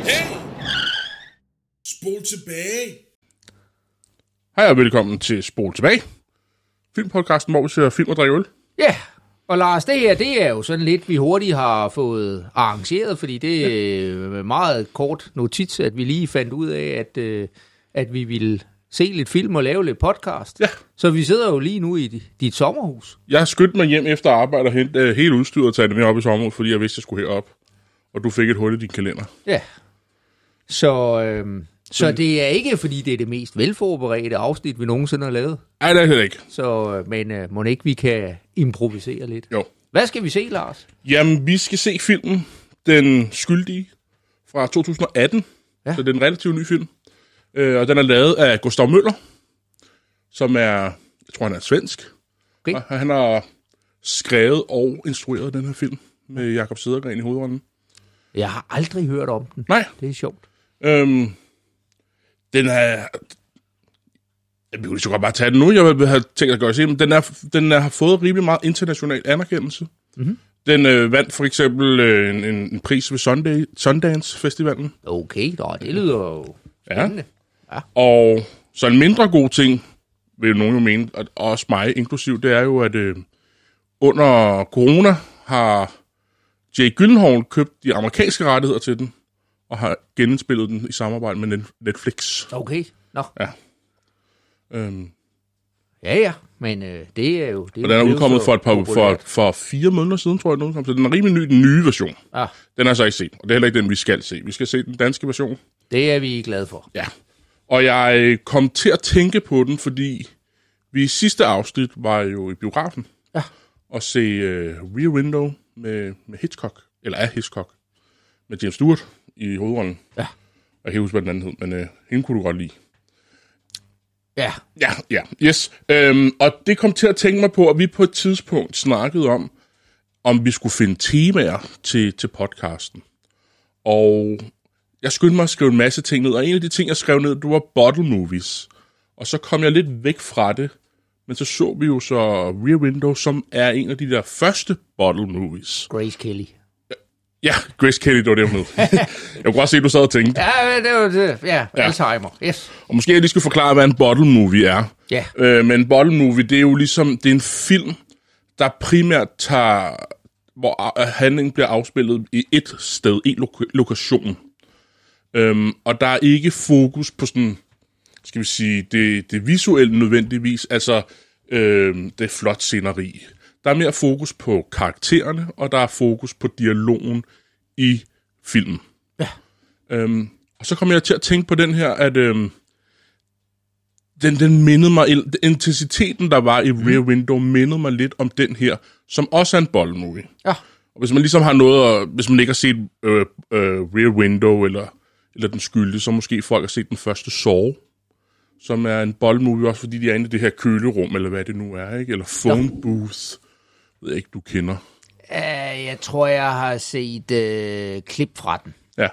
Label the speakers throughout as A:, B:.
A: Hey! Spol tilbage!
B: Hej og velkommen til Spol tilbage. Filmpodcasten, hvor vi ser film og drikker øl.
C: Ja, og Lars, det her, det er jo sådan lidt, vi hurtigt har fået arrangeret, fordi det er meget kort notits, at vi lige fandt ud af, at vi ville se lidt film og lave lidt podcast.
B: Ja.
C: Så vi sidder jo lige nu i dit sommerhus.
B: Jeg har skyndt mig hjem efter arbejde og hentet hele udstyret og taget det med op i sommerhuset, fordi jeg vidste, jeg skulle herop. Og du fik et hul i din kalender.
C: Ja. Så det er ikke, fordi det er det mest velforberedte afsnit, vi nogensinde har lavet.
B: Nej, det er det ikke.
C: Men må ikke vi kan improvisere lidt?
B: Jo.
C: Hvad skal vi se, Lars?
B: Jamen, vi skal se filmen Den Skyldige fra 2018. Ja. Så det er en relativt ny film. Og den er lavet af Gustav Møller, som er, jeg tror han er svensk.
C: Okay.
B: Og han har skrevet og instrueret den her film med Jakob Cedergren i hovedrollen.
C: Jeg har aldrig hørt om den.
B: Nej.
C: Det er sjovt.
B: Den er... Jeg vil så godt bare tage den nu. Jeg vil have tænkt at gøre se, men den har fået rimelig meget international anerkendelse. Mm-hmm. Den vandt for eksempel en pris ved Sundance Festivalen.
C: Okay, det lyder jo spændende.
B: Ja. Og så en mindre god ting, vil nogen jo mene, og også mig inklusiv, det er jo, at under corona har Jake Gyllenhaal købt de amerikanske rettigheder til den, og har genindspillet den i samarbejde med Netflix.
C: Okay, nå.
B: Ja.
C: Ja, men det er jo...
B: Og den er udkommet for 4 måneder siden, tror jeg, den udkom. Så den er rimelig ny, den nye version.
C: Ah.
B: Den er så ikke set, og det er heller ikke den, vi skal se. Vi skal se den danske version.
C: Det er vi glade for.
B: Ja. Og jeg kom til at tænke på den, fordi vi i sidste afsnit var jo i biografen.
C: Ja.
B: Og se Rear Window med Hitchcock, eller af Hitchcock, med James Stewart i hovedrollen.
C: Ja.
B: Jeg kan ikke huske, hvad den anden hed, men hende kunne du godt lide.
C: Ja.
B: Ja, yes. Og det kom til at tænke mig på, at vi på et tidspunkt snakkede om vi skulle finde temaer til podcasten. Og jeg skyndte mig at skrive en masse ting ned, og en af de ting, jeg skrev ned, det var bottle movies. Og så kom jeg lidt væk fra det, men så vi jo så Rear Window, som er en af de der første bottle movies.
C: Grace Kelly.
B: Ja, Grace Kelly, det var det, hun hed. Jeg kunne godt se, at du sad og tænkte.
C: Ja, det var det. Ja, Alzheimer. Yes.
B: Og måske jeg lige skal forklare, hvad en bottle movie er.
C: Ja.
B: Men en bottle movie, det er jo ligesom, det er en film, der primært tager, hvor handlingen bliver afspillet i et sted, en lokation. Og der er ikke fokus på sådan, skal vi sige, det visuelle nødvendigvis, altså det er flot sceneri. Der er mere fokus på karaktererne, og der er fokus på dialogen i filmen.
C: Ja.
B: Og så kom jeg til at tænke på den her, at den mindede mig, intensiteten, der var i Rear Window, mindede mig lidt om den her, som også er en bottle movie.
C: Ja.
B: Og hvis man ligesom har noget, hvis man ikke har set Rear Window eller Den Skyldige, så måske folk har set den første Saw, som er en bottle movie, også fordi de er inde i det her kølerum, eller hvad det nu er, ikke? Eller phone booth. Jeg ved ikke, du kender.
C: Jeg tror, jeg har set klip fra den.
B: Ja.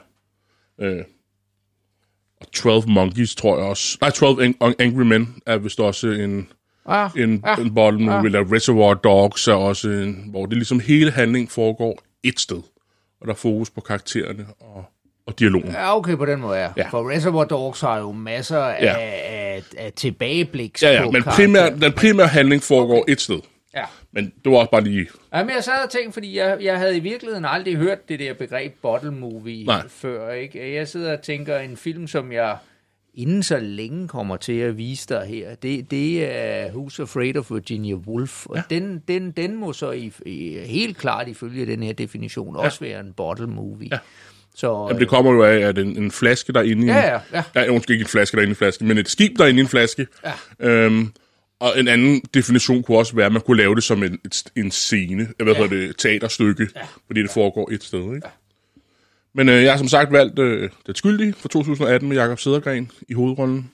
B: Og 12 Monkeys, tror jeg også. Nej, 12 Angry Men er vist også en bottle movie, eller Reservoir Dogs er også hvor det ligesom hele handlingen foregår et sted. Og der er fokus på karaktererne og dialogen.
C: Ja, okay, på den måde, ja. For Reservoir Dogs har jo masser af tilbageblik.
B: Ja, men den primære handling foregår et sted.
C: Ja.
B: Men det var også bare lige...
C: Jamen, jeg sad og tænkte, fordi jeg havde i virkeligheden aldrig hørt det der begreb bottle movie før, ikke? Jeg sidder og tænker, en film, som jeg inden så længe kommer til at vise dig her, det er Who's Afraid of Virginia Woolf. Og den må så helt klart ifølge den her definition også være en bottle movie. Ja. Så,
B: jamen, det kommer jo af, at en flaske, der er inde i... Ja, måske ikke en flaske, der er inde i en flaske, men et skib, der er inde i en flaske. Ja. Og en anden definition kunne også være, at man kunne lave det som en scene, et teaterstykke, fordi det foregår et sted, ikke? Ja. Men jeg har som sagt valgt Den Skyldige fra 2018 med Jakob Cedergren i hovedrollen.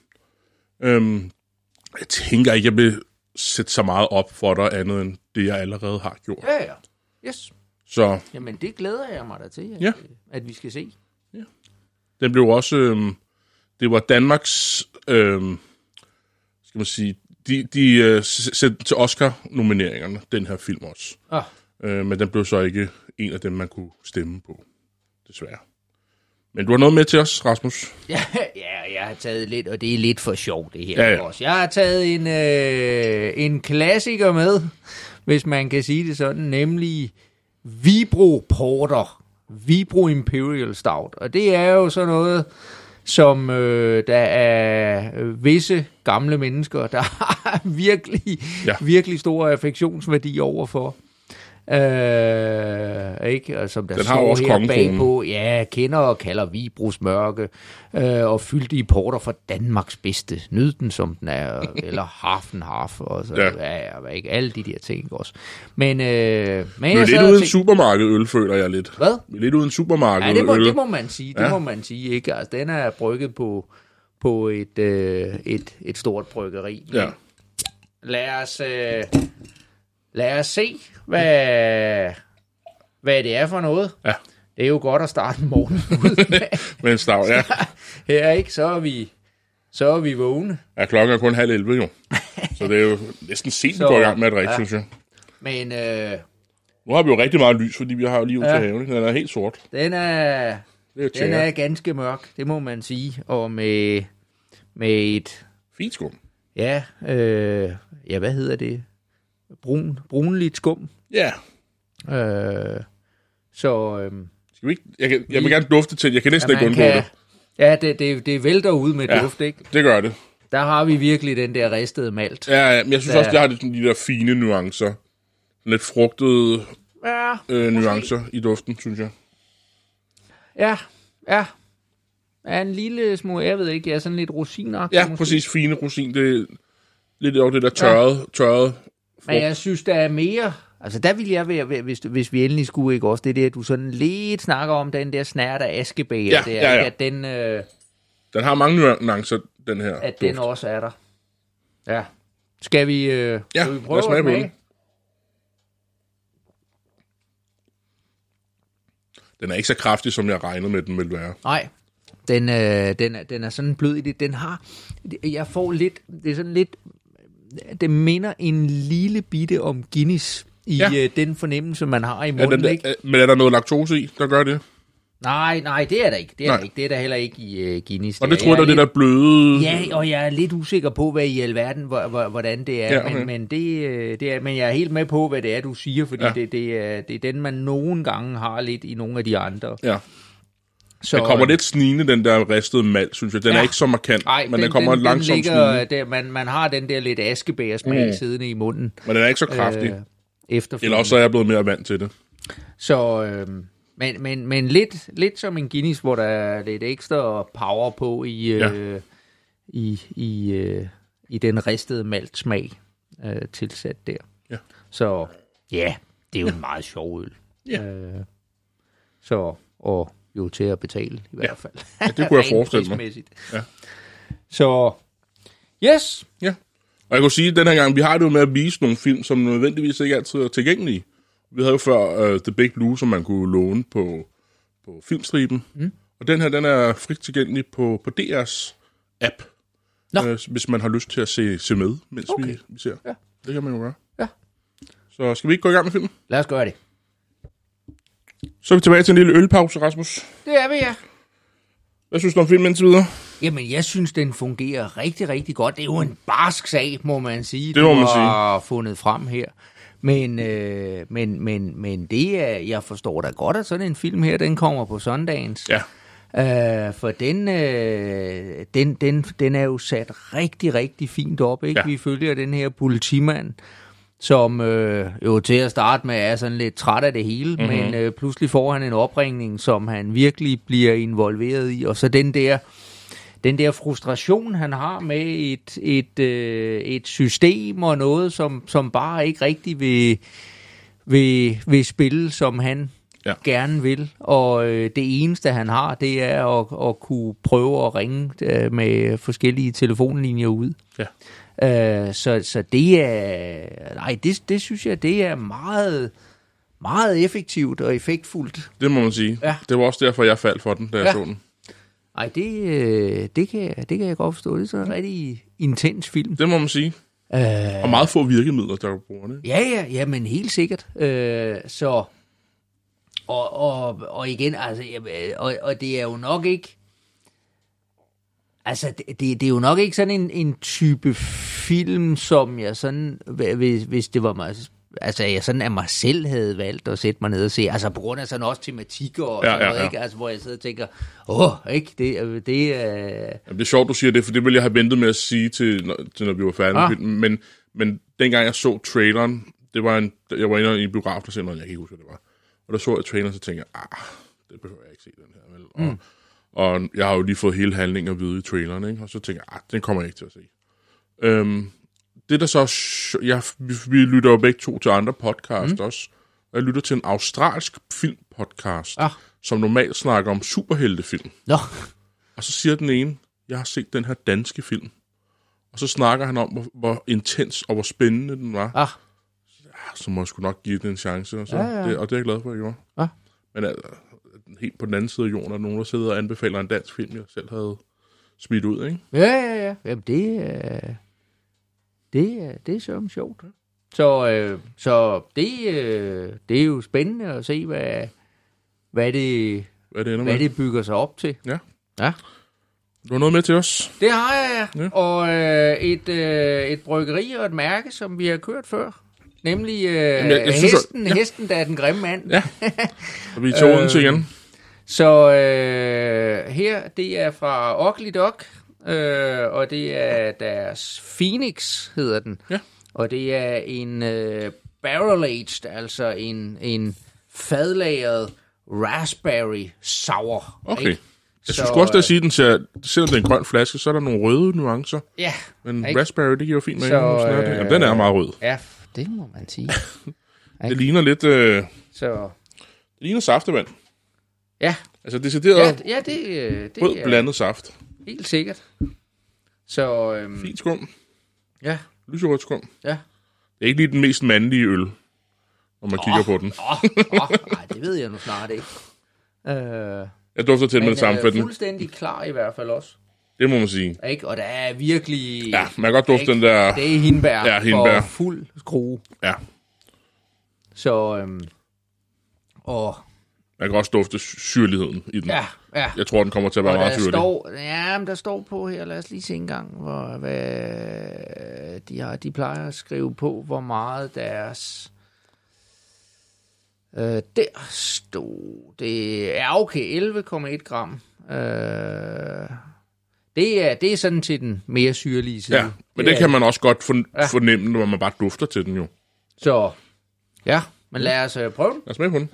B: Jeg tænker ikke, jeg vil sætte så meget op for dig andet end det, jeg allerede har gjort.
C: Ja. Yes.
B: Så.
C: Jamen, det glæder jeg mig da til, at vi skal se.
B: Ja. Den blev også... det var Danmarks... skal man sige... De sendte til Oscar-nomineringerne, den her film også. Men den blev så ikke en af dem, man kunne stemme på, desværre. Men du har noget med til os, Rasmus?
C: Ja, jeg har taget lidt, og det er lidt for sjovt, det her også. Jeg har taget en klassiker med, hvis man kan sige det sådan, nemlig Vibro Porter. Vibro Imperial Stout. Og det er jo sådan noget, som der er visse gamle mennesker, der har virkelig stor affektionsværdi overfor. Ikke? Og som der
B: den har også
C: her bagpå, kender og kalder Vibros mørke, og fyldt i porter for Danmarks bedste. Nyd den, som den er, eller half og så, ikke alle de der ting også. Men
B: vi er lidt uden supermarkedøl, føler jeg lidt.
C: Hvad?
B: Vi er lidt uden supermarkedøl.
C: Ja, det må man sige. Det må man sige, ikke? Altså, den er brygget på et stort bryggeri.
B: Ja.
C: Lad os se, hvad det er for noget.
B: Ja.
C: Det er jo godt at starte morgenen ud
B: med en stav, ja.
C: Her, ikke? Så er vi vågne.
B: Ja, klokken er kun 10:30 jo. Så det er jo næsten sent, vi går i gang med at drikke, synes jeg.
C: Men
B: nu har vi jo rigtig meget lys, fordi vi har jo lige ud til haven. Den er helt sort.
C: Den er ganske mørk, det må man sige. Og med et...
B: Fint skum.
C: Ja, hvad hedder det? Brunligt skum.
B: Ja.
C: Så...
B: Skal vi ikke? Jeg vil gerne dufte til. Jeg kan næsten ikke undgå det.
C: Ja, det vælter ud med duft, ikke?
B: Det gør det.
C: Der har vi virkelig den der ristede malt.
B: Ja, men jeg synes også, det har de der fine nuancer. Lidt frugtede nuancer i duften, synes jeg.
C: Ja. Ja, en lille smule, jeg ved ikke, jeg er sådan lidt rosinagtig.
B: Ja, måske. Præcis, fine rosin. Det er lidt over det der tørrede frugt.
C: Men jeg synes, der er mere... Altså, der vil jeg være, hvis vi endelig skulle, ikke også, det der, du sådan lidt snakker om, den der snært af askebæger, der,
B: ja.
C: At den...
B: den har mange nuancer, den her
C: at
B: duft.
C: Den også er der. Ja. Skal vi prøve at smage?
B: Den er ikke så kraftig, som jeg regnede med, den ville være.
C: Nej. Den er sådan blød i det. Den har... Jeg får lidt... Det er sådan lidt... Det minder en lille bitte om Guinness i den fornemmelse, man har i munden, ikke?
B: Men er der noget laktose i, der gør det?
C: Nej, det er der ikke. Det er der heller ikke i Guinness.
B: Og det tror jeg, det der bløde...
C: Ja, og jeg er lidt usikker på, hvad i alverden, hvordan det er. Ja, okay. Men jeg er helt med på, hvad det er, du siger, fordi det er den, man nogle gange har lidt i nogle af de andre. Ja.
B: Så, den kommer lidt snigende, den der ristede malt, synes jeg. Den er ikke så markant, men den kommer langsomt snigende.
C: Man har den der lidt askebægersmag siddende i munden.
B: Men den er ikke så kraftig. Eller også er jeg blevet mere vant til det.
C: Så, men lidt som en Guinness, hvor der er lidt ekstra power på i den ristede malt smag tilsat der. Ja. Så ja, det er jo en meget sjov øl. Ja. Og jo til at betale, i hvert fald.
B: Ja, det kunne jeg forestille mig. Ja.
C: Så, yes.
B: Ja, og jeg kunne sige, at den her gang, vi har det jo med at vise nogle film, som nødvendigvis ikke altid er tilgængelige. Vi havde jo før The Big Blue, som man kunne låne på Filmstriben. Og den her, den er frit tilgængelig på DR's app, hvis man har lyst til at se med, mens vi ser. Ja. Det kan man jo gøre. Ja. Så skal vi ikke gå i gang med filmen?
C: Lad os gøre det.
B: Så er vi tilbage til en lille ølpause, Rasmus.
C: Det er vi, ja.
B: Hvad synes du om filmen indtil videre?
C: Jamen, jeg synes, den fungerer rigtig, rigtig godt. Det er jo en barsk sag, må man sige.
B: Det må man sige.
C: Du har fundet frem her. Men det er, jeg forstår da godt, at sådan en film her, den kommer på Sundance. Ja. For den er jo sat rigtig, rigtig fint op, ikke? Ja. Vi følger den her politimand, som jo til at starte med er sådan lidt træt af det hele, men pludselig får han en opringning, som han virkelig bliver involveret i, og så den der frustration, han har med et system og noget, som bare ikke rigtig vil spille, som han gerne vil, og det eneste, han har, det er at kunne prøve at ringe med forskellige telefonlinjer ud. Ja. Så det er... det synes jeg, det er meget, meget effektivt og effektfuldt.
B: Det må man sige. Ja. Det var også derfor, jeg faldt for den, da jeg så den.
C: Ej, det kan jeg godt forstå. Det er sådan en rigtig intens film.
B: Det må man sige. Og meget få virkemidler, der bruger det.
C: Ja, men helt sikkert. Og igen, altså, og det er jo nok ikke, altså, det er jo nok ikke sådan en type film, som jeg sådan, hvis det var mig, altså jeg sådan af mig selv havde valgt at sætte mig ned og se, altså på grund af sådan også tematikker og sådan noget, ikke? Altså hvor jeg sidder og tænker, ikke, det
B: Jamen, det er sjovt, du siger det, for det ville jeg have ventet med at sige til når vi var færdige med filmen, men dengang jeg så traileren, det var jeg var inde i en biograf, der noget, jeg kan ikke huske, hvad det var, og der så jeg traileren, så tænkte jeg, det behøver jeg ikke se den her, vel? Og jeg har jo lige fået hele handlingen at vide i traileren, ikke? Og så tænker jeg, den kommer jeg ikke til at se. Det der så, vi lytter jo begge to til andre podcast også, og jeg lytter til en australsk filmpodcast, som normalt snakker om superheltefilm. Og så siger den ene, jeg har set den her danske film, og så snakker han om, hvor intens og hvor spændende den var. Så må jeg sgu nok give den en chance, og det er jeg glad for, at jeg gjorde. Men altså, helt på den anden side af jorden er der nogen, der sidder og anbefaler en dansk film, jeg selv havde smidt ud, ikke?
C: Ja. Jamen, det er så sjovt. Så det er jo spændende at se, hvad det bygger sig op til.
B: Ja. Du har noget med til os?
C: Det har jeg, ja. Og et bryggeri og et mærke, som vi har kørt før. Nemlig hesten, der er den grimme mand.
B: Ja, og vi er til Odense igen.
C: Så her, det er fra Ugly Dog, og det er deres Phoenix, hedder den. Ja. Og det er en barrel-aged, altså en fadlagret raspberry sour.
B: Okay. Ikke? Jeg synes også, at sige, at den selvom det er en grøn flaske, så er der nogle røde nuancer.
C: Ja.
B: Men raspberry, det giver jo fint med. Jamen, den er meget rød.
C: Ja, det må man sige.
B: Det ligner lidt... Det ligner saftevand.
C: Ja.
B: Altså decideret
C: det
B: rød blandet saft.
C: Helt sikkert. Så...
B: Fint skum.
C: Ja.
B: Lyserødt skum.
C: Ja.
B: Det er ikke lige den mest mandlige øl, når man kigger på den.
C: Nej, det ved jeg nu snart ikke.
B: Jeg dufter til med det samme.
C: Men den er fuldstændig klar i hvert fald også.
B: Det må man sige.
C: Ikke? Og der er virkelig...
B: Ja, man kan godt dufte den der...
C: Det er hindbær.
B: Ja, hindbær.
C: For fuld skrue.
B: Ja.
C: Så... og...
B: Man kan også dufte syrligheden i den.
C: Ja.
B: Jeg tror, den kommer til at være meget syrlig.
C: Men der står på her, lad os lige se en gang, hvad de plejer at skrive på, hvor meget deres... der stod... Det er okay, 11,1 gram. Det er sådan til den mere syrlige side.
B: Ja, men det kan man også godt fornemme, når man bare dufter til den jo.
C: Så, ja, men lad os prøve den.
B: Lad os smage på den.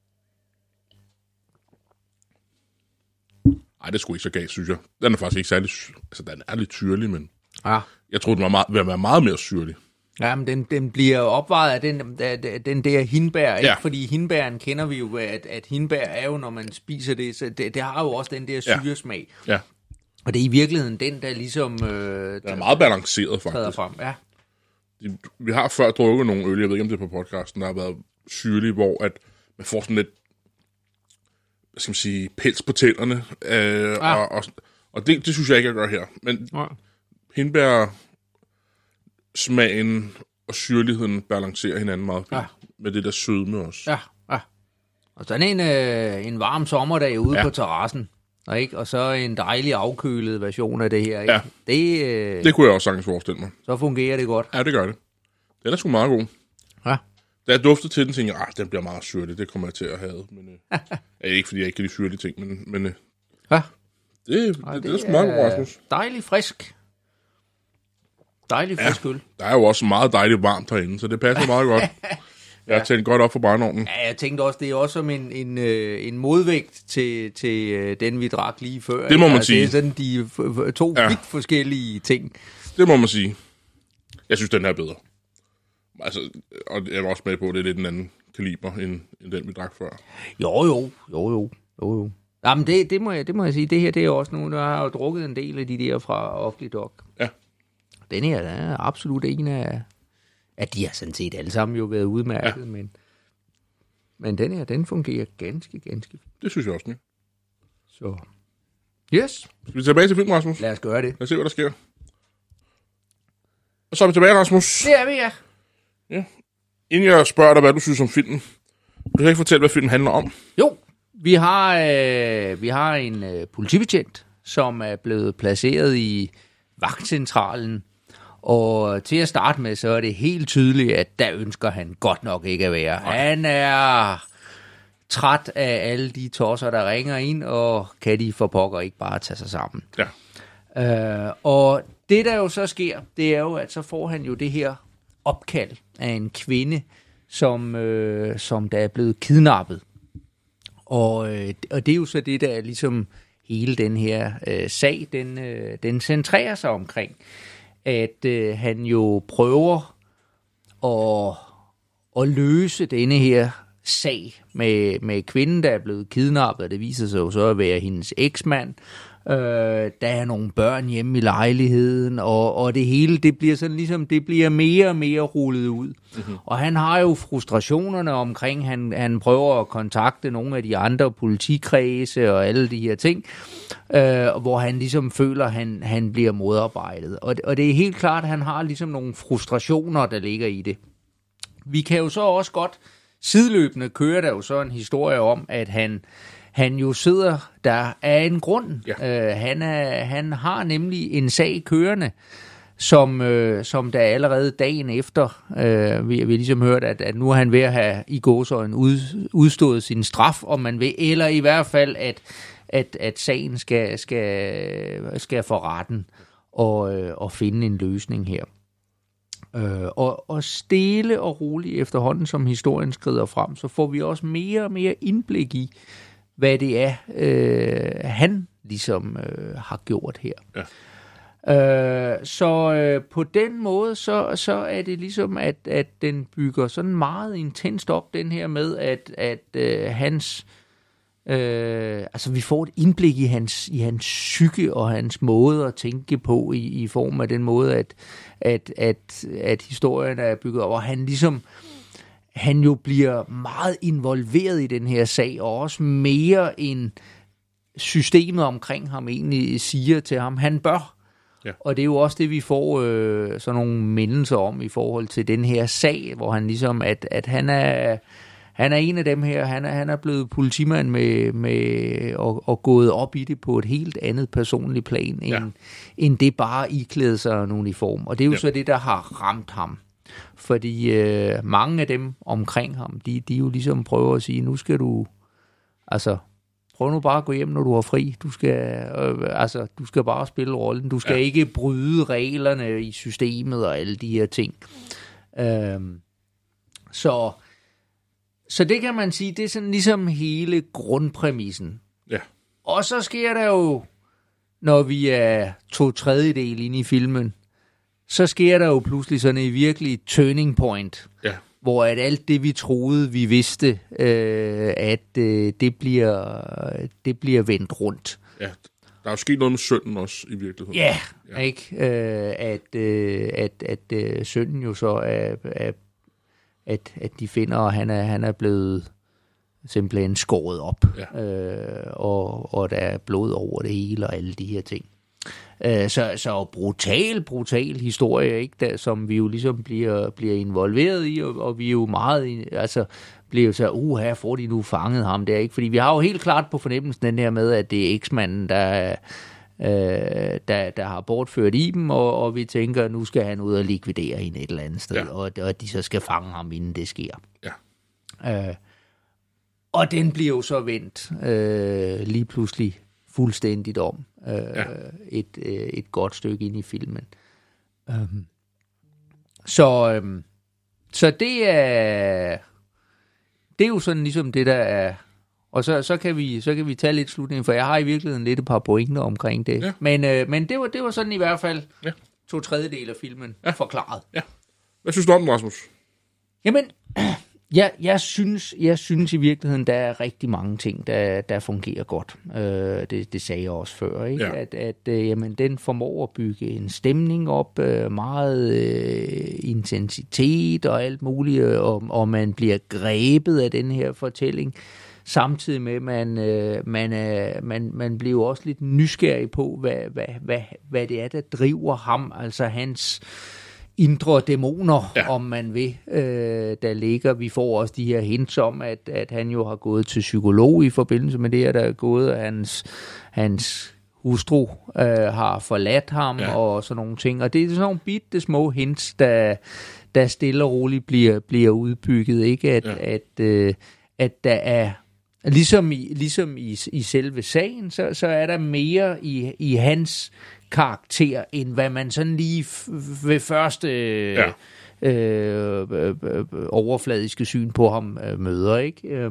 B: Ej, det er sgu ikke så galt, synes jeg. Den er faktisk ikke særlig... Altså, den er lidt syrlig, men...
C: Ja.
B: Jeg troede, den var vil være meget mere syrlig.
C: Ja, men den bliver opvejet af den der hindbær, ikke? Fordi hindbæren kender vi jo, at hindbær er jo, når man spiser det, så det har jo også den der syresmag.
B: Ja.
C: Og det er i virkeligheden den, der ligesom... den
B: er meget balanceret, faktisk.
C: Frem, ja.
B: Vi har før drukket nogle øl, jeg ved ikke, om det er på podcasten, der har været syrlige, hvor at man får sådan lidt, hvad skal man sige, pels på tænderne. Og det synes jeg ikke, jeg gør her. Men hindbær... smagen og syrligheden balancerer hinanden meget fint. Med det der sødme også.
C: Ja. Og sådan en varm sommerdag ude på terrassen, ikke? Og så en dejlig afkølet version af det her. Ikke?
B: Ja. Det kunne jeg også sagtens forestille mig.
C: Så fungerer det godt.
B: Ja, det gør det. Den er sgu meget god.
C: Ja.
B: Da jeg duftede til den, tænkte jeg, den bliver meget syrlig. Det kommer jeg til at have. Men, ikke fordi jeg ikke kan lide syrlige ting, men det er sgu meget god, Rasmus.
C: Dejlig frisk. Dejlig frisk øl.
B: Der er jo også meget dejligt varmt herinde, så det passer meget godt. Jeg har tændt godt op for brændeovnen.
C: Ja, jeg tænkte også, det er også som en modvægt til den, vi drak lige før.
B: Det må man sige.
C: Det er sådan de to vidt forskellige ting.
B: Det må man sige. Jeg synes, den her er bedre. Altså, og jeg er også med på, at det er lidt en anden kaliber, end den, vi drak før.
C: Jo. Jamen, det må jeg sige. Det her, det er også nogen, der har jo drukket en del af de der fra Ugly Dog. Ja. Den her, der er absolut en af... At de har sådan set alle sammen jo været udmærket, men den her, den fungerer ganske fint.
B: Det synes jeg også, ja.
C: Så, yes.
B: Skal vi tilbage til filmen, Rasmus?
C: Lad os gøre det.
B: Lad os se, hvad der sker. Og så er vi tilbage, Rasmus.
C: Det er vi, ja.
B: Inden jeg spørger dig, hvad du synes om filmen, Du kan ikke fortælle, hvad filmen handler om?
C: Jo, vi har en politibetjent, som er blevet placeret i vagtcentralen. Og til at starte med, så er det helt tydeligt, at der ønsker han godt nok ikke at være. Han er træt af alle de tosser, der ringer ind, og kan de for pokker ikke bare tage sig sammen.
B: Ja.
C: Og det, der jo så sker, det er jo, at så får han jo det her opkald af en kvinde, som der er blevet kidnappet. Og det er jo så det, der er ligesom hele den her sag, den centrerer sig omkring. At han jo prøver at løse denne her sag med kvinden, der er blevet kidnappet. Det viser sig jo så at være hendes eksmand. Der er nogle børn hjemme i lejligheden, og det hele, det bliver sådan ligesom, det bliver mere og mere rullet ud. Mm-hmm. Og han har jo frustrationerne omkring, han prøver at kontakte nogle af de andre politikredse og alle de her ting, hvor han ligesom føler, han bliver modarbejdet. Og det er helt klart, at han har ligesom nogle frustrationer, der ligger i det. Vi kan jo så også godt sideløbende køre der jo så en historie om, at han jo sidder der af en grund. Ja. Han har nemlig en sag kørende, som der allerede dagen efter, vi har ligesom hørt, at nu er han ved at have i gåseøjne udstået sin straf, om man vil, eller i hvert fald, at sagen skal for retten og finde en løsning her. Og stille og roligt efterhånden, som historien skrider frem, så får vi også mere og mere indblik i, hvad det er, han ligesom har gjort her. Ja. Så på den måde, så er det ligesom, at den bygger sådan meget intenst op, den her med, at hans... altså vi får et indblik i hans psyke og hans måde at tænke på i form af den måde, at historien er bygget op, og han jo bliver meget involveret i den her sag, og også mere end systemet omkring ham egentlig siger til ham, han bør. Ja. Og det er jo også det, vi får sådan nogle mindelser om i forhold til den her sag, hvor han ligesom, at han er en af dem her, han er blevet politimand med og gået op i det på et helt andet personligt plan, end det bare iklæde sig en uniform. Og det er jo så det, der har ramt ham. Fordi mange af dem omkring ham, de jo ligesom prøver at sige, nu skal du, altså, prøv nu bare at gå hjem, når du har fri. Du skal bare spille rollen. Du skal ikke bryde reglerne i systemet og alle de her ting. Så det kan man sige, det er sådan ligesom hele grundpræmissen. Ja. Og så sker der jo, når vi er 2/3 inde i filmen, så sker der jo pludselig sådan en virkelig turning point, hvor at alt det, vi troede, vi vidste, at det bliver vendt rundt. Ja,
B: der er jo sket noget med sønnen også i virkeligheden.
C: Ja. Ikke? At sønnen jo så at de finder, at han er blevet simpelthen skåret op, og der er blod over det hele og alle de her ting. Så brutal historie, ikke, der, som vi jo ligesom bliver involveret i, og vi er jo meget, bliver jo så, her får de nu fanget ham der, ikke? Fordi vi har jo helt klart på fornemmelsen den her med, at det er eksmanden, der har bortført Iben, og vi tænker, at nu skal han ud og likvidere hende et eller andet sted, og de så skal fange ham, inden det sker. Ja. Og den bliver jo så vendt lige pludselig fuldstændigt om et godt stykke ind i filmen. Så det er jo sådan ligesom det, der er. Og så kan vi tage lidt slutning, for jeg har i virkeligheden lidt et par pointer omkring det. Ja. Men det var sådan i hvert fald 2/3 af filmen forklaret. Ja.
B: Hvad synes du om den, Rasmus?
C: Jamen, jeg synes i virkeligheden, der er rigtig mange ting, der fungerer godt. Det sagde jeg også før, ikke? Ja. At jamen, den formår at bygge en stemning op, meget intensitet og alt muligt, og man bliver grebet af den her fortælling. Samtidig med, man bliver også lidt nysgerrig på, hvad det er, der driver ham, altså hans indre dæmoner, om man vil, der ligger. Vi får også de her hints om, at han jo har gået til psykolog i forbindelse med det her, der er gået, og hans hustru har forladt ham, og sådan nogle ting. Og det er sådan nogle bitte små hints, der stille og roligt bliver udbygget, ikke? At der er, ligesom i selve sagen, så er der mere i hans karakter, end hvad man sådan lige ved første overfladiske syn på ham møder, ikke?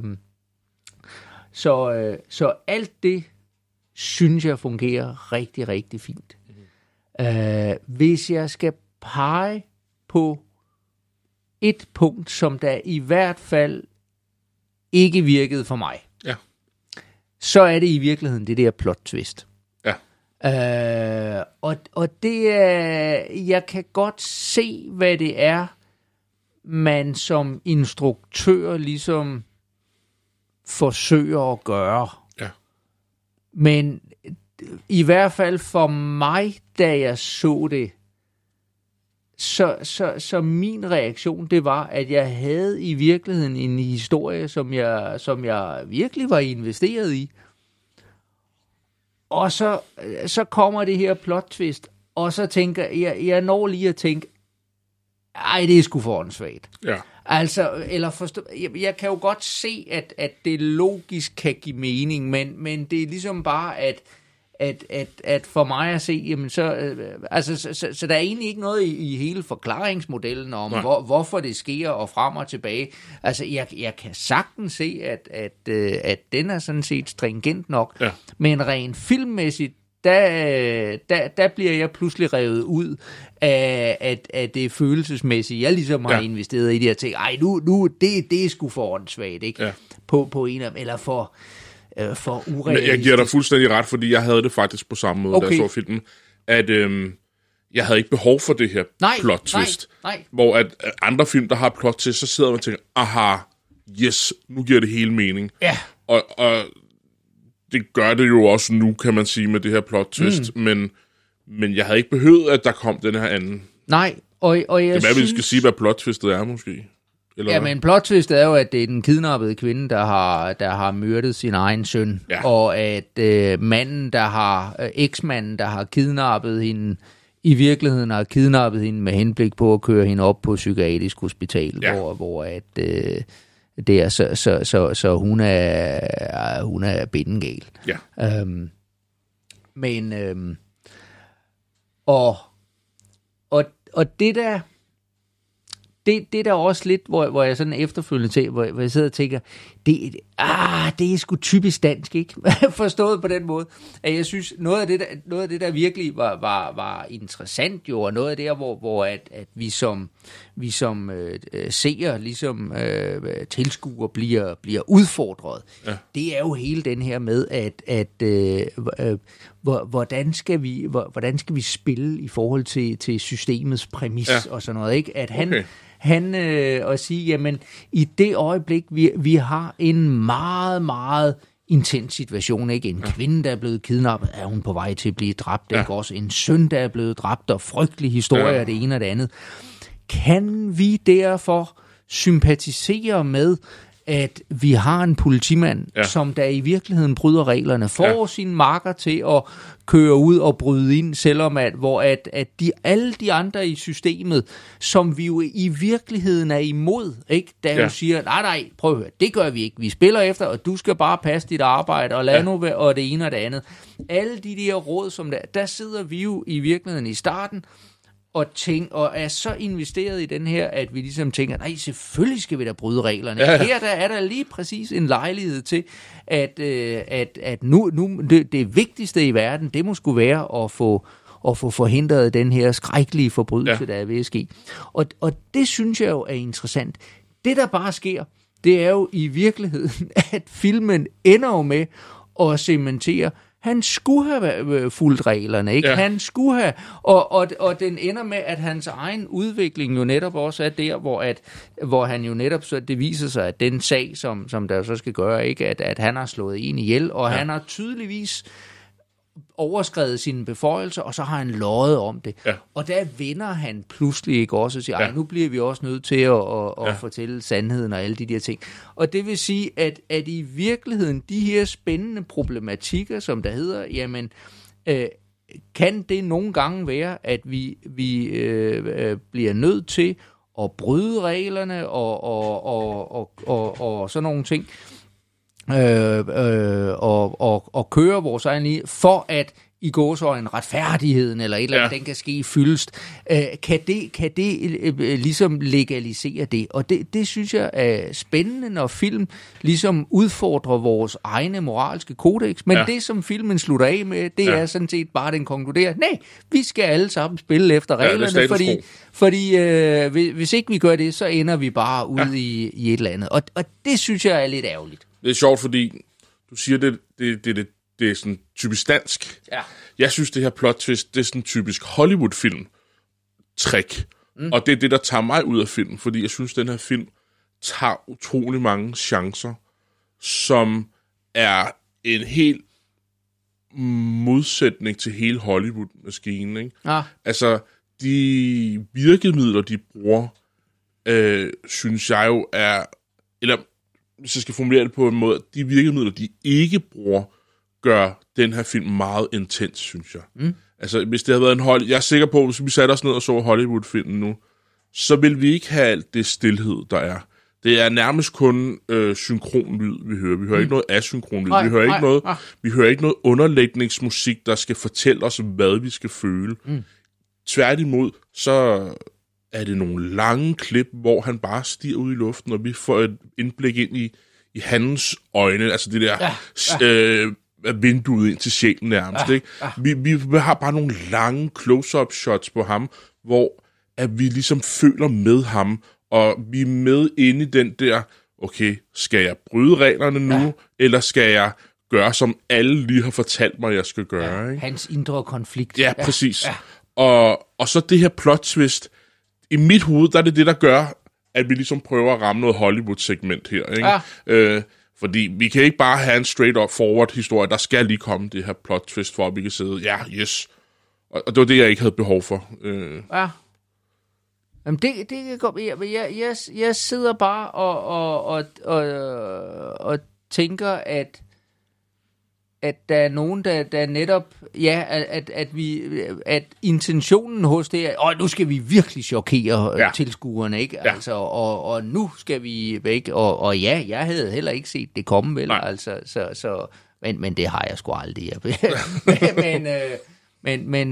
C: Så alt det synes jeg fungerer rigtig, rigtig fint. Hvis jeg skal pege på et punkt, som der i hvert fald ikke virkede for mig, så er det i virkeligheden det der plot twist. Og det er, jeg kan godt se, hvad det er, man som instruktør ligesom forsøger at gøre. Men i hvert fald for mig, da jeg så det, så min reaktion, det var, at jeg havde i virkeligheden en historie, som jeg virkelig var investeret i. Og så kommer det her plot twist, og så tænker jeg når lige at tænke, ej, det er sgu for åndssvagt. Altså, eller forstå, jeg kan jo godt se, at det logisk kan give mening, men det er ligesom bare, at for mig at se, jamen så der er egentlig ikke noget i hele forklaringsmodellen om, hvorfor det sker og frem og tilbage. Altså, jeg kan sagtens se, at den er sådan set stringent nok, men rent filmmæssigt, der bliver jeg pludselig revet ud af det følelsesmæssige, jeg ligesom har investeret i de her ting. Ej, nu det er sgu for åndssvagt, ikke? På en af dem, eller for urealistisk.
B: Jeg giver dig fuldstændig ret, fordi jeg havde det faktisk på samme måde, da jeg så filmen, at jeg havde ikke behov for det her plot twist. Nej. Hvor at andre film, der har plot twist, så sidder man og tænker, aha, yes, nu giver det hele mening. Og det gør det jo også nu, kan man sige, med det her plot twist, men jeg havde ikke behøvet, at der kom den her anden.
C: Nej, og jeg
B: synes... vi skal sige, hvad plot twistet er, måske. Eller
C: men plot twistet er jo, at det er den kidnappede kvinde, der har myrdet sin egen søn, og at eksmanden, der har kidnappet hende, i virkeligheden har kidnappet hende med henblik på at køre hende op på psykiatrisk hospital, hvor at det er så hun er bindengal. Og det der... Det er der også lidt, hvor jeg sådan efterfølgende til, hvor jeg sidder og tænker, det er sgu typisk dansk, ikke? Forstået på den måde, at jeg synes, noget af det der virkelig var interessant jo, og noget af det, hvor at vi som seere, ligesom tilskuer, bliver udfordret. Det er jo hele den her med, at hvordan skal vi spille i forhold til systemets præmis og sådan noget, ikke? At han at sige, jamen, i det øjeblik, vi har en meget, meget intens situation, ikke? En kvinde, der er blevet kidnappet, er hun på vej til at blive dræbt, ikke? Også en søn, der er blevet dræbt, og frygtelig historie af det ene og det andet. Kan vi derfor sympatisere med, at vi har en politimand, som der i virkeligheden bryder reglerne, får sine marker til at køre ud og bryde ind, selvom alle de andre i systemet, som vi jo i virkeligheden er imod, ikke? Der jo siger, nej, prøv at høre, det gør vi ikke. Vi spiller efter, og du skal bare passe dit arbejde, og lad nu være, og det ene og det andet. Alle de der råd, som der sidder vi jo i virkeligheden i starten, og er så investeret i den her, at vi ligesom tænker, nej, selvfølgelig skal vi da bryde reglerne. Her der er der lige præcis en lejlighed til, at nu det vigtigste i verden, det må skulle være at få forhindret den her skrækkelige forbrydelse, der er ved at ske. Og det synes jeg jo er interessant. Det, der bare sker, det er jo i virkeligheden, at filmen ender jo med at cementere, han skulle have fulgt reglerne, ikke? Han skulle have, og den ender med, at hans egen udvikling jo netop også er der, hvor han jo netop, så det viser sig, at den sag, som der så skal gøre, ikke? At han har slået en ihjel, og han har tydeligvis overskredet sine beføjelser, og så har han løjet om det.
B: Ja.
C: Og der vender han pludselig ikke også og siger, nu bliver vi også nødt til at fortælle sandheden og alle de der ting. Og det vil sige, at i virkeligheden, de her spændende problematikker, som der hedder, jamen, kan det nogle gange være, at vi bliver nødt til at bryde reglerne og sådan nogle ting, og køre vores egen linje, for at i gåseøjne retfærdigheden eller et eller andet, den kan ske fyldest. Kan det ligesom legalisere det? Og det synes jeg er spændende, når film ligesom udfordrer vores egne moralske kodex. Men det, som filmen slutter af med, det er sådan set bare, den konkluderer, nej, vi skal alle sammen spille efter reglerne, fordi hvis ikke vi gør det, så ender vi bare ud i et eller andet. Og det synes jeg er lidt ærgerligt.
B: Det er sjovt, fordi du siger, det er sådan typisk dansk. Ja. Jeg synes, det her plot twist, det er sådan typisk Hollywood-film-trick. Og det er det, der tager mig ud af filmen, fordi jeg synes, den her film tager utrolig mange chancer, som er en helt modsætning til hele Hollywood-maskinen. Ikke?
C: Ja.
B: Altså, de virkemidler, de bruger, synes jeg jo er... Eller, hvis jeg skal formulere det på en måde, de virkemidler, de ikke bruger, gør den her film meget intens, synes jeg. Altså, hvis det havde været jeg er sikker på, hvis vi satte os ned og så Hollywood-filmen nu, så vil vi ikke have alt det stilhed, der er. Det er nærmest kun synkronlyd, vi hører. Vi hører ikke noget asynkronlyd. Vi hører ikke noget underlægningsmusik, der skal fortælle os, hvad vi skal føle. Tværtimod, så er det nogle lange klip, hvor han bare stiger ud i luften, og vi får et indblik ind i hans øjne, altså det der vinduet ind til sjælen nærmest. Ikke? Vi har bare nogle lange close-up shots på ham, hvor at vi ligesom føler med ham, og vi er med inde i den der, okay, skal jeg bryde reglerne nu, eller skal jeg gøre, som alle lige har fortalt mig, jeg skal gøre? Ikke?
C: Hans indre konflikt.
B: Ja, præcis. Ja. Og så det her plot twist, i mit hoved, der er det, der gør, at vi ligesom prøver at ramme noget Hollywood-segment her. Ikke? Ja. Fordi vi kan ikke bare have en straight-up forward-historie. Der skal lige komme det her plot twist, for at vi kan sidde, yes. Og det var det, jeg ikke havde behov for.
C: Ja. Jamen, det kan godt. Jeg sidder bare og tænker, at der er nogen, der netop, at intentionen hos det er, nu skal vi virkelig chokere tilskuerne, ikke? Ja. Altså, og nu skal vi væk, og jeg havde heller ikke set det komme, vel? Altså, men det har jeg sgu aldrig. Men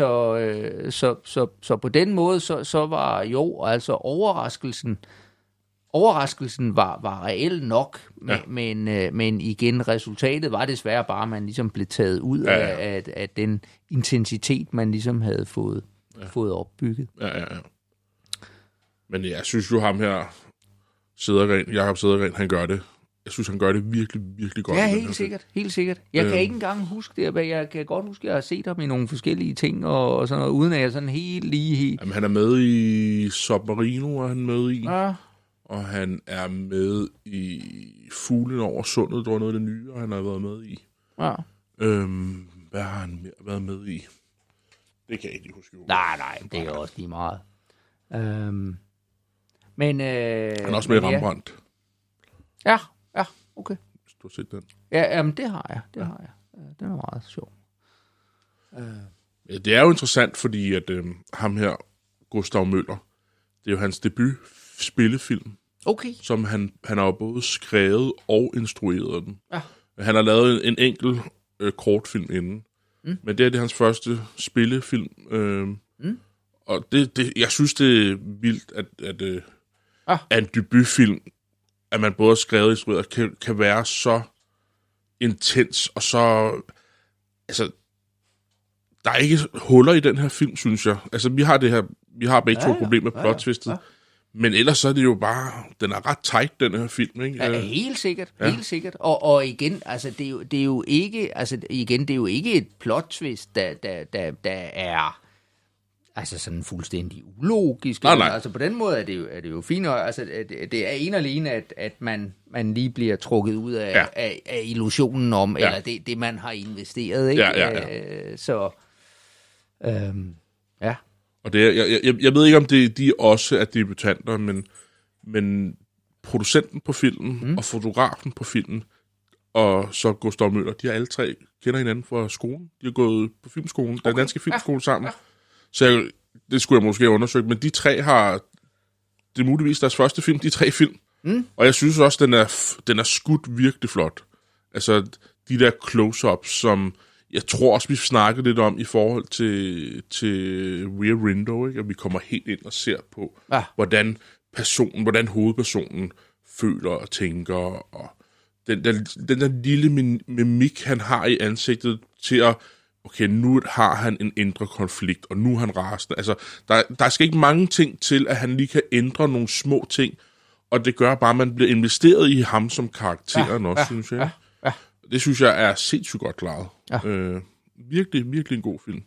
C: så på den måde, så var altså overraskelsen var reel nok, men igen, resultatet var desværre bare, at man ligesom blev taget ud af den intensitet, man ligesom havde fået opbygget.
B: Ja. Men jeg synes jo ham her, Jakob Cedergren, han gør det. Jeg synes, han gør det virkelig, virkelig godt.
C: Ja, helt sikkert. Jeg kan ikke engang huske det, men jeg kan godt huske, at jeg har set ham i nogle forskellige ting, og sådan noget, uden at jeg sådan helt.
B: Jamen, han er med i Submarino, er han med i. Ja. Og han er med i Fuglen over sundet, der var noget af det nye, og han har været med i. Ja. Hvad har han været med i? Det kan jeg ikke huske.
C: Nej, det er også lige meget. Men
B: han er også med i Rembrandt.
C: Ja, okay.
B: Hvis du har set den.
C: Ja, jamen, det har jeg. Den er meget sjov.
B: Det er jo interessant, fordi at ham her, Gustav Møller, det er jo hans debut spillefilm.
C: Okay.
B: Som han har jo både skrevet og instrueret den. Ja. Han har lavet en enkelt kortfilm inden. Men det er hans første spillefilm. Og jeg synes, det er vildt, at en debutfilm, at man både har skrevet og instrueret, kan være så intens, og så... Altså, der er ikke huller i den her film, synes jeg. Altså, vi har begge to problemer med plot-twistet. Men ellers så er det jo bare... Den er ret tight, den her film, ikke?
C: Ja, helt sikkert. Og igen, altså, det er jo ikke... Altså, igen, det er jo ikke et plot-twist, der er... altså sådan fuldstændig ulogisk.
B: Nej.
C: Altså på den måde er det jo fint, altså det er en alene, at man lige bliver trukket ud af illusionen om, eller det man har investeret, ikke?
B: Ja.
C: Så, ja.
B: Og det jeg ved ikke, om de også er debutanter, men producenten på filmen og fotografen på filmen, og så Gustav Møller, de har alle tre kender hinanden fra skolen. De har gået på filmskolen, den danske filmskole sammen. Ja. Så det skulle jeg måske have undersøgt, men de tre har, det er muligvis deres første film, de 3 film. Og jeg synes også, den er skudt virkelig flot. Altså, de der close-ups, som jeg tror også, vi snakkede lidt om i forhold til Rear Window, ikke? At vi kommer helt ind og ser på, hvordan hovedpersonen føler og tænker, og den der lille mimik, han har i ansigtet til at, okay, nu har han en indre konflikt, og nu er han rasende. Altså, der skal ikke mange ting til, at han lige kan ændre nogle små ting, og det gør bare, at man bliver investeret i ham som karakteren også, synes jeg. Ja. Det synes jeg er sindssygt godt klaret. Ja. Virkelig, virkelig en god film.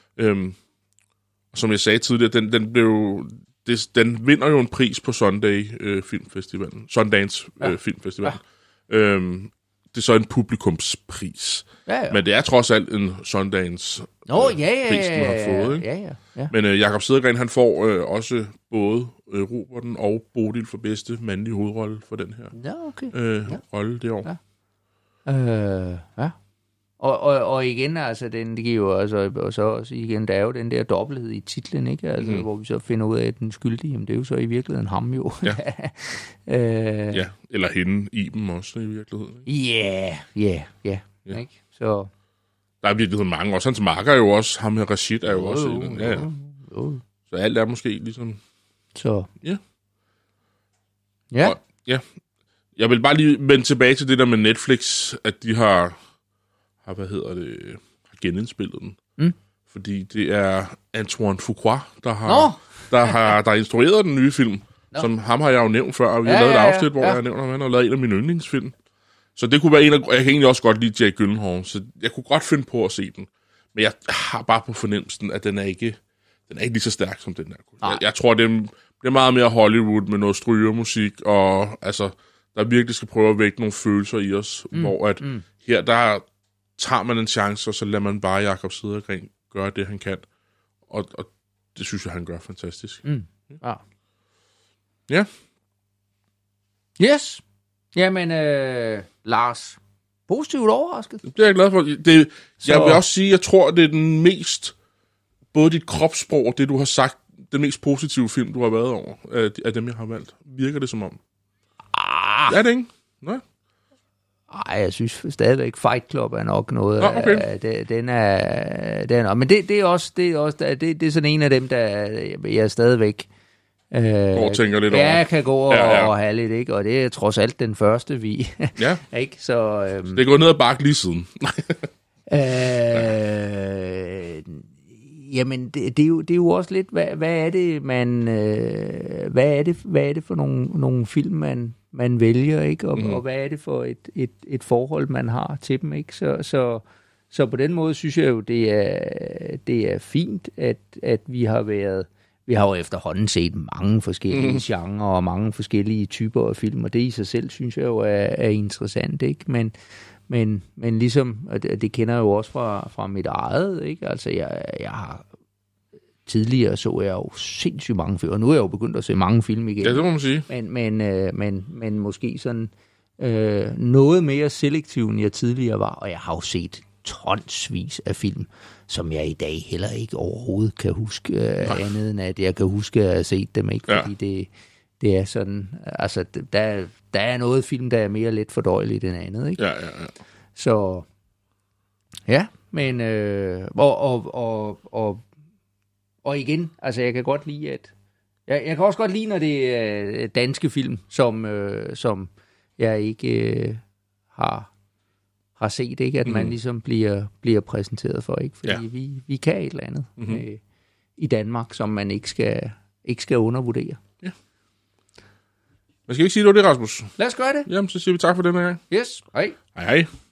B: Som jeg sagde tidligere, den vinder jo en pris på Sundance Filmfestivalen. Filmfestivalen. Det er så en publikumspris. Ja. Men det er trods alt en Sundance pris, den har fået. Ikke? Ja. Men Jakob Cedergren, han får også både Roberten og Bodil for bedste mandlige hovedrolle for den her rolle det år.
C: Ja. Og igen, altså, det giver jo også igen, der er jo den der dobbelthed i titlen, ikke? Altså, hvor vi så finder ud af, at den skyldige, jamen, det er jo så i virkeligheden ham jo.
B: Ja. Eller hende, Iben også i virkeligheden.
C: Ja. Ikke? Så
B: der er i virkeligheden mange, også hans makker er jo også, ham her Rashid er jo også i den. Ja. Så alt er måske ligesom.
C: Så.
B: Ja. Og, jeg vil bare lige vende tilbage til det der med Netflix, at de har genindspillet den. Fordi det er Antoine Fuqua, der har instrueret den nye film. Som ham har jeg jo nævnt før, og vi har lavet et afsnit, hvor jeg har nævnt, at han har lavet en af mine yndlingsfilm. Så det kunne være en af, jeg kan egentlig også godt lide Jake Gyllenhaal, så jeg kunne godt finde på at se den. Men jeg har bare på fornemmelsen, at den er ikke lige så stærk som den der. Jeg tror, det er meget mere Hollywood med noget strygermusik, og altså, der virkelig skal prøve at vække nogle følelser i os, hvor at her, der tager man en chance, og så lader man bare Jakob Cedergren gøre det, han kan. Og det synes jeg, han gør fantastisk. Ja.
C: Yes. Jamen, Lars, positivt overrasket.
B: Det er jeg glad for. Jeg vil også sige, jeg tror, det er den mest, både dit kropssprog og det, du har sagt, den mest positive film, du har været over, af dem, jeg har valgt. Virker det som om? Er det ikke? Nej.
C: Ej, jeg synes stadigvæk Fight Club er nok noget. Den er men det er sådan en af dem, der jeg stadigvæk
B: tænker lidt over.
C: Jeg kan gå og have lidt, ikke? Og det er trods alt den første, vi... ikke? Så,
B: det er gået ned ad bakke lige siden.
C: Jamen, det er jo også lidt, hvad er det, man... hvad er det for nogle film, man vælger, ikke? Og hvad er det for et forhold, man har til dem, ikke? Så på den måde synes jeg jo, det er fint, at vi har været... Vi har jo efterhånden set mange forskellige genrer og mange forskellige typer af film, og det i sig selv synes jeg jo er interessant, ikke? Men ligesom, og det kender jeg jo også fra mit eget, ikke? Altså jeg har tidligere så jeg jo sindssygt mange film, og nu er jeg jo begyndt at se mange film igen.
B: Ja, det må man sige.
C: Men måske sådan noget mere selektiv, end jeg tidligere var, og jeg har jo set tonsvis af film, som jeg i dag heller ikke overhovedet kan huske andet end, at jeg kan huske at have set dem, ikke? Fordi det er sådan, altså der er noget film, der er mere let fordøjeligt end andet, ikke?
B: Ja.
C: Så, ja, men, og igen, altså jeg kan godt lide, at, jeg kan også godt lide, når det er danske film, som jeg ikke har set, ikke? At man ligesom bliver præsenteret for, ikke? Fordi vi kan et eller andet i Danmark, som man ikke skal undervurdere.
B: Ja. Men skal vi ikke sige, det var det, Rasmus?
C: Lad os gøre det.
B: Jamen, så siger vi tak for den her gang.
C: Yes, hej.
B: Hej.